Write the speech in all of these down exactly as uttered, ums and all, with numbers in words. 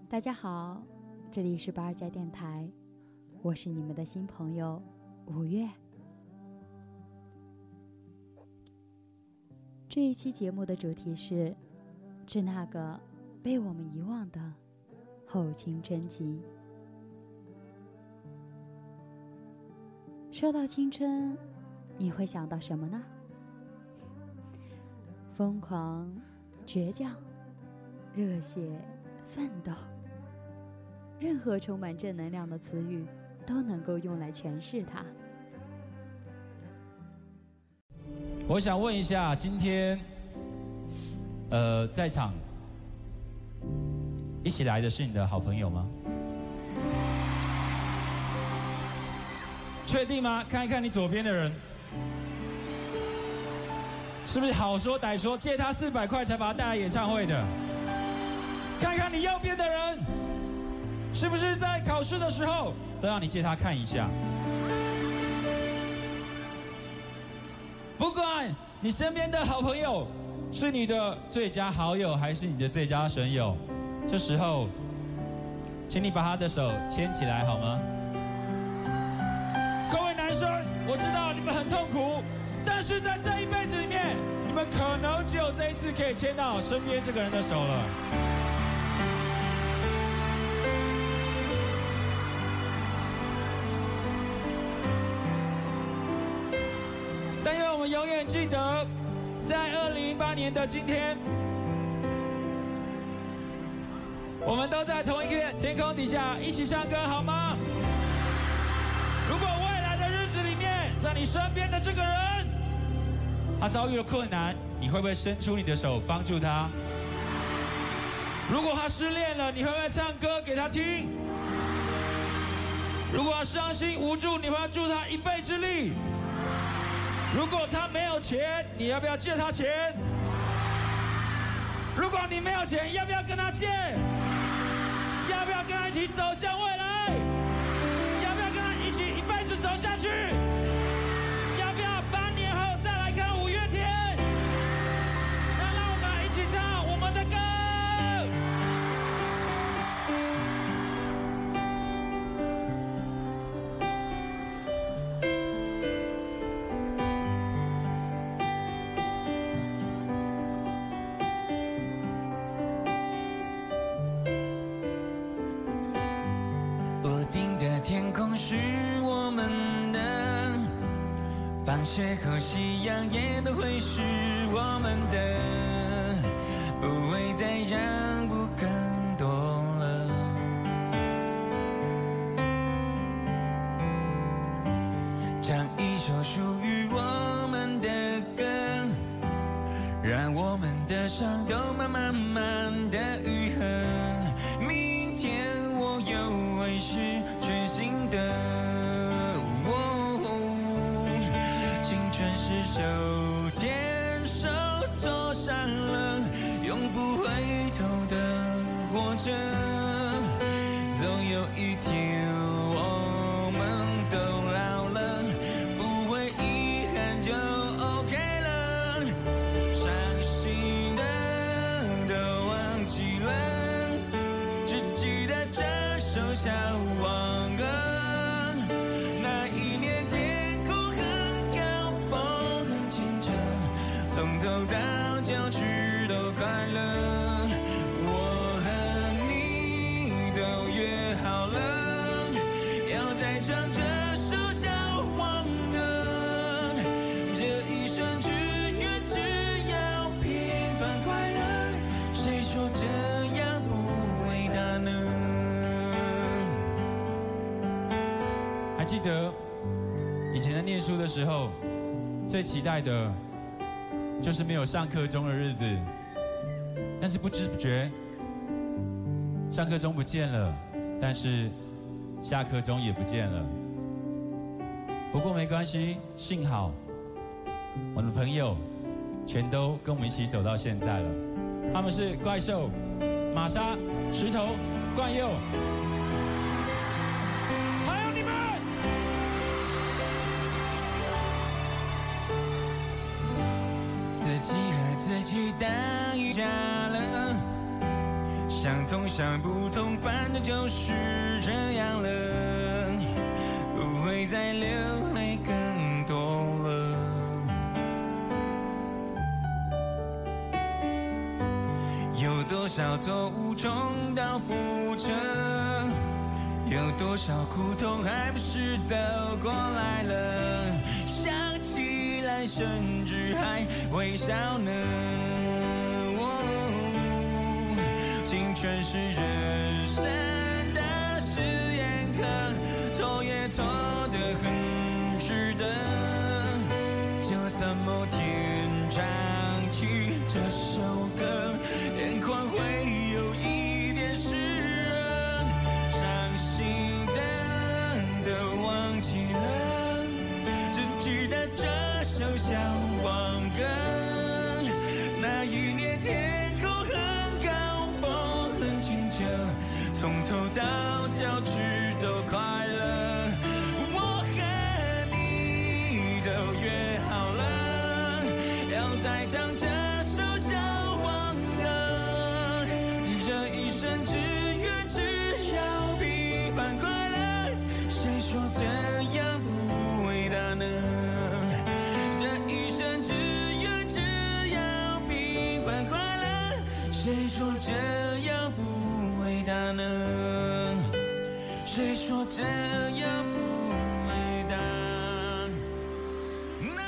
大家好，这里是八二家电台，我是你们的新朋友五月。这一期节目的主题是致那个被我们遗忘的后青春期。说到青春，你会想到什么呢？疯狂、倔强、热血、奋斗，任何充满正能量的词语都能够用来诠释它。 我想问一下，今天呃在场一起来的是你的好朋友吗？确定吗？看一看你左边的人，是不是好说歹说借他四百块才把他带来演唱会的？看一看你右边的人，是不是在考试的时候都让你借他看一下？不管你身边的好朋友是你的最佳好友还是你的最佳损友，这时候请你把他的手牵起来好吗？各位男生，我知道你们很痛苦，但是在这一辈子里面，你们可能只有这一次可以牵到身边这个人的手了。但愿我们永远记得，在二零零八年的今天，我们都在同一片天空底下一起唱歌，好吗？如果未来的日子里面，在你身边的这个人，他遭遇了困难，你会不会伸出你的手帮助他？如果他失恋了，你会不会唱歌给他听？如果他伤心无助，你会不会助他一臂之力？如果他没有钱，你要不要借他钱？如果你没有钱，要不要跟他借？要不要跟他一起走向未来？要不要跟他一起一辈子走下去？要不要八年后再来看五月天？那让我们一起唱我们的歌。 天空是我们的，放学后夕阳也都会是我们的，不会再让步更多了。唱一首属于我们的歌，让我们的伤都慢慢慢的愈合。明天我又会是全新的，哦，青春是手牵手走上了永不回头的火车，总有一天我们都老了，不会遗憾就 OK 了，伤心的都忘记了，只记得这首小忘歌。那一年天空很高，风很清澈，从头到脚趾都快乐。我和你都约好了，要再唱这首小忘歌，这一生只愿只要平凡快乐，谁说这样不伟大呢？ 还记得以前在念书的时候，最期待的就是没有上课钟的日子，但是不知不觉上课钟不见了，但是下课钟也不见了。不过没关系，幸好我的朋友全都跟我们一起走到现在了。他们是怪兽、玛莎、石头、冠佑，还有你们。 自己和自己打一架了， 相同想不通，反正就是这样了，不会再流泪更多了。有多少错误重蹈覆辙，有多少苦痛还不是都过来了，想起来甚至还微笑呢。青春是人生的试验课，错也错得很值得。就算某天唱起这首歌，眼眶会有一点湿润，伤心的都忘记了，只记得这首小黄歌。那一年天空很高，风很清澈，从头到脚趾都快乐。我和你都约好了，要再唱这首小黄歌，这一生只愿只要平凡快乐，谁说这样不伟大呢？这一生只愿只要平凡快乐，谁说这样不伟大呢？谁说这样不伟大呢？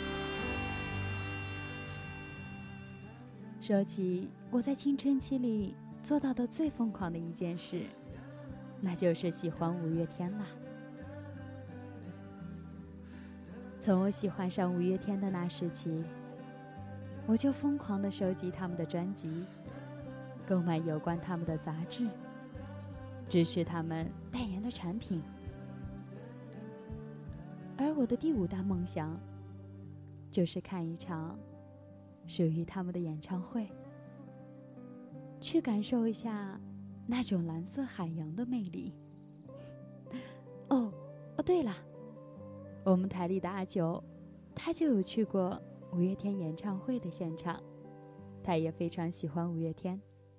说起我在青春期里做到的最疯狂的一件事，那就是喜欢五月天了。从我喜欢上五月天的那时起，我就疯狂地收集他们的专辑，购买有关他们的杂志，支持他们代言的产品。而我的第五大梦想，就是看一场属于他们的演唱会，去感受一下那种蓝色海洋的魅力。哦哦，对了，我们台里的阿九，他就有去过五月天演唱会的现场，他也非常喜欢五月天。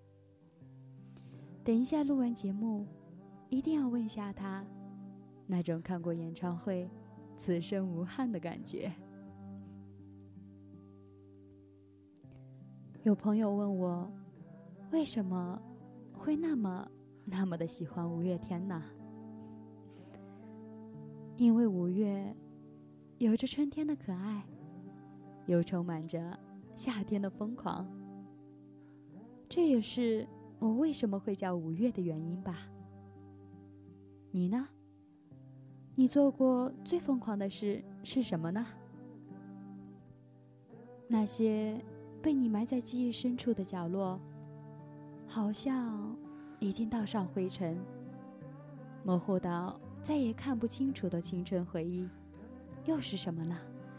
等一下录完节目，一定要问一下他，那种看过演唱会此生无憾的感觉。有朋友问我，为什么会那么那么的喜欢五月天呢？因为五月有着春天的可爱，又充满着夏天的疯狂，这也是我为什么会叫五月的原因吧。你呢？你做过最疯狂的事是什么呢？那些被你埋在记忆深处的角落，好像已经倒上灰尘，模糊到再也看不清楚的青春回忆，又是什么呢？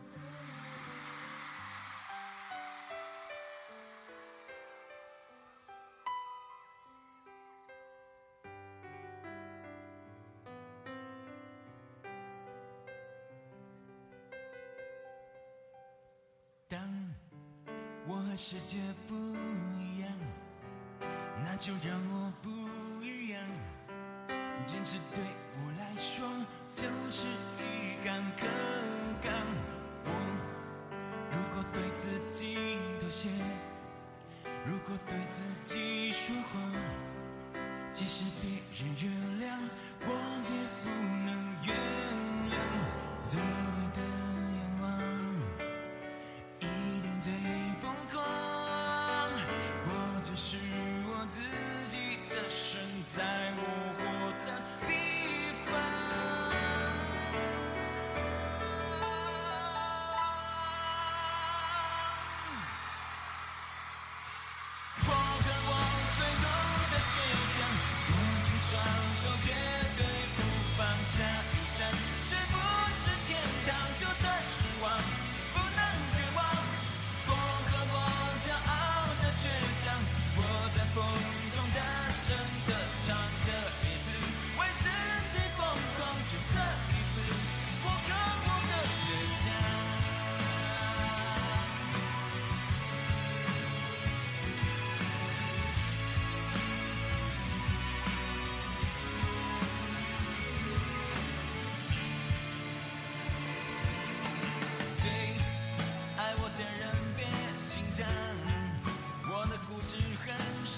当我和世界不一样，那就让我不一样。坚持对我来说就是一杆可钢。我如果对自己妥协，如果对自己说谎，即使别人原谅，我也不能原谅。对你的愿望一定最疯狂，我就是我自己的神，在我活的地方。我和我最后的倔强，握住双手绝对不放下一站，是不是天堂？就算失望不能绝望，我和我骄傲的倔强，我在风中大声地唱，这一次为自己疯狂，就这一次我和我的倔强。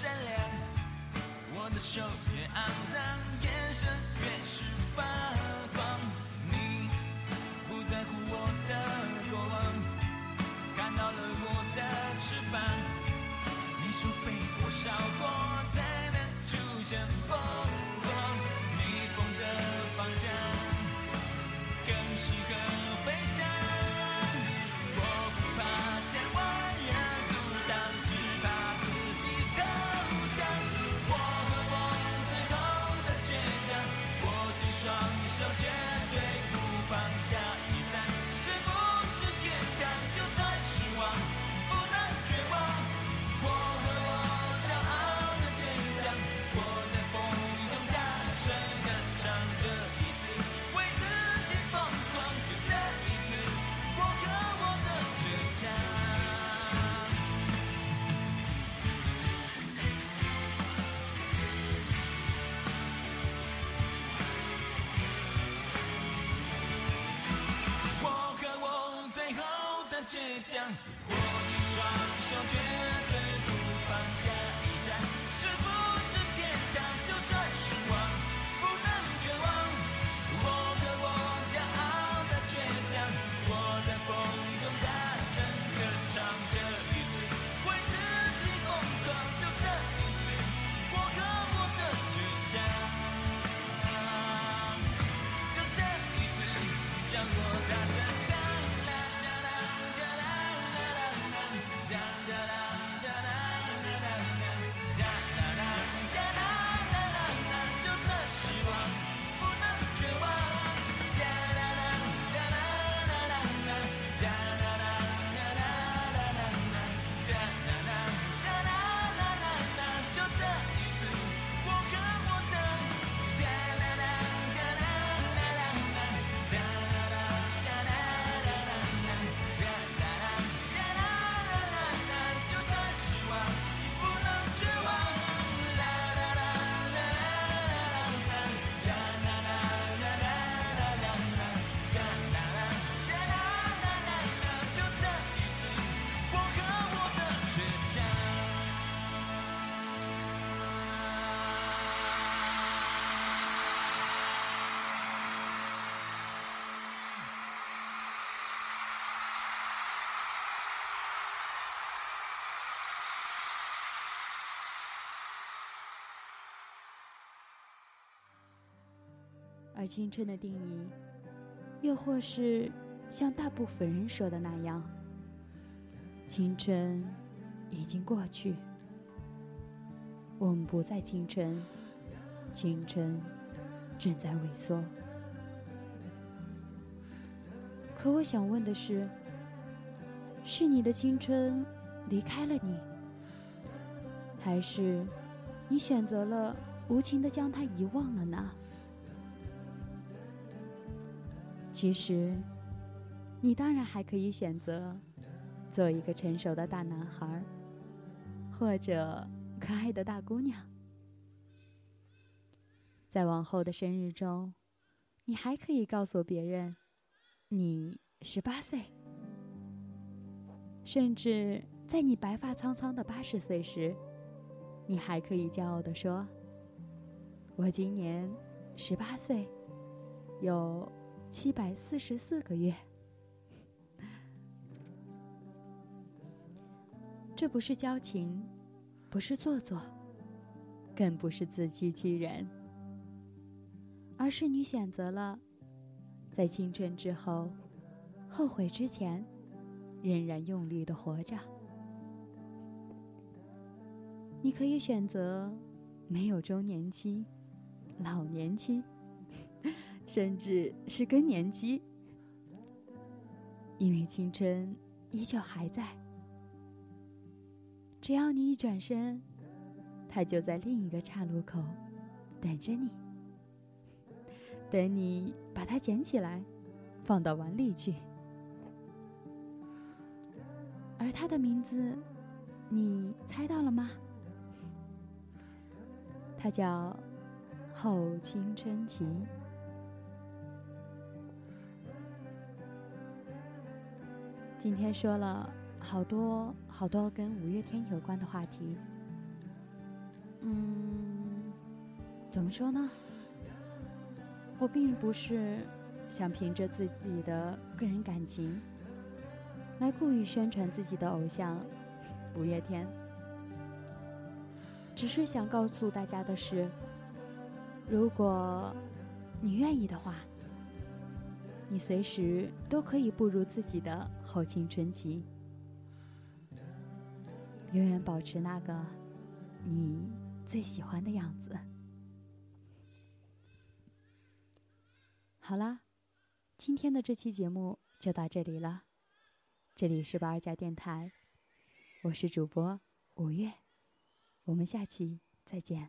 善良，我的手越肮脏，眼神越是发光。你不在乎我的过往，看到了我的翅膀。你说被火烧过才能出现凤凰，逆风的方向更适合飞翔。我不怕千万人阻挡，只怕自己投降。我和我最后的倔强，握紧双手绝对不放下一站。是不是天堂？就算失望，不能绝望。我和我骄傲的倔强，我在风中大声地唱这一次，为自己疯狂，就这一次，我和我的倔强。我和我最后的倔强，握紧双手绝对不放下一站。是不是天堂？就算失望，不能绝望。我和我骄傲的倔强，我在风中大声地唱这一次，为自己疯狂，就这一次，我和我的倔强。就这一次，让我大声唱。啦啦啦啦啦啦啦啦啦啦啦啦啦啦啦啦啦，就算失望，不能绝望。啦啦啦啦啦啦啦啦啦啦啦啦啦啦啦，就这一次，我和我的啦啦啦啦啦啦啦啦啦啦啦啦啦，就算失望，不能绝望。啦啦啦啦啦啦啦啦啦啦啦啦啦啦，就这一次，我和我的倔强。 而青春的定义，又或是像大部分人说的那样，青春已经过去，我们不再青春，青春正在萎缩。可我想问的是，是你的青春离开了你，还是你选择了无情地将它遗忘了呢？其实，你当然还可以选择做一个成熟的大男孩，或者可爱的大姑娘。在往后的生日中，你还可以告诉别人，你十八岁。甚至在你白发苍苍的八十岁时，你还可以骄傲地说：“我今年十八岁，有七百四十四个月。”这不是矫情，不是做作，更不是自欺欺人，而是你选择了在青春之后，后悔之前，仍然用力地活着。你可以选择没有中年期、老年期，甚至是更年期，因为青春依旧还在。只要你一转身，它就在另一个岔路口等着你，等你把它捡起来，放到碗里去。而它的名字，你猜到了吗？它叫后青春期。今天说了好多好多跟五月天有关的话题， 怎么说呢？我并不是想凭着自己的个人感情来故意宣传自己的偶像五月天，只是想告诉大家的是，如果你愿意的话，你随时都可以步入自己的后青春期，永远保持那个你最喜欢的样子。好啦，今天的这期节目就到这里了。这里是八二家电台，我是主播五月，我们下期再见。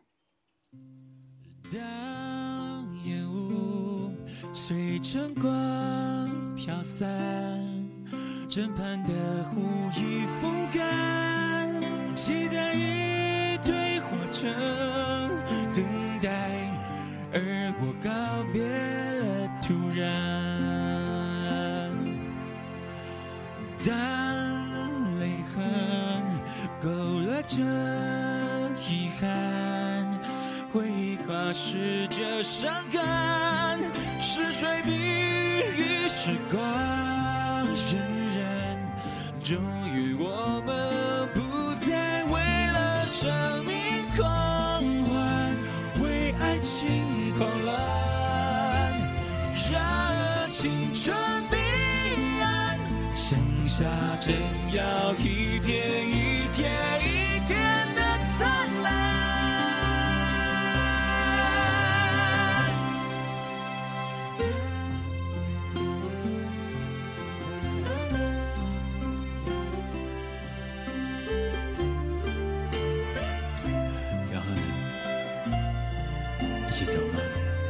当烟雾随晨光飘散，枕畔的湖已风干，期待一堆火车等待，而我告别了突然。当泪痕勾勒着遗憾，回忆跨逝着伤感，是谁比喻时光荏苒，终于我们不再为了生命狂欢，为爱情狂乱，让青春彼岸，剩下正要一天一天一天的灿烂。然后呢？一起走吗？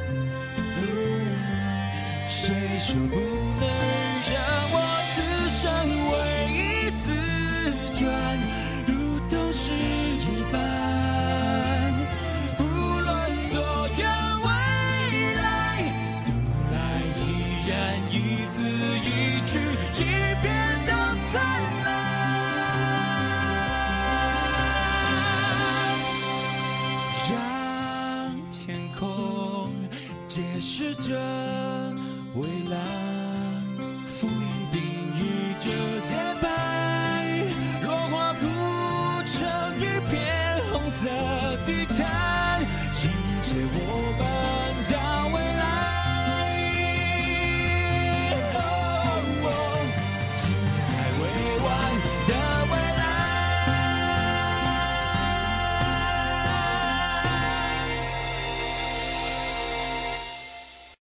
谁说不能让我此生唯一自转，如同是一般，不论多远未来，读来依然一字一句一遍都灿烂，让天空解释着未来。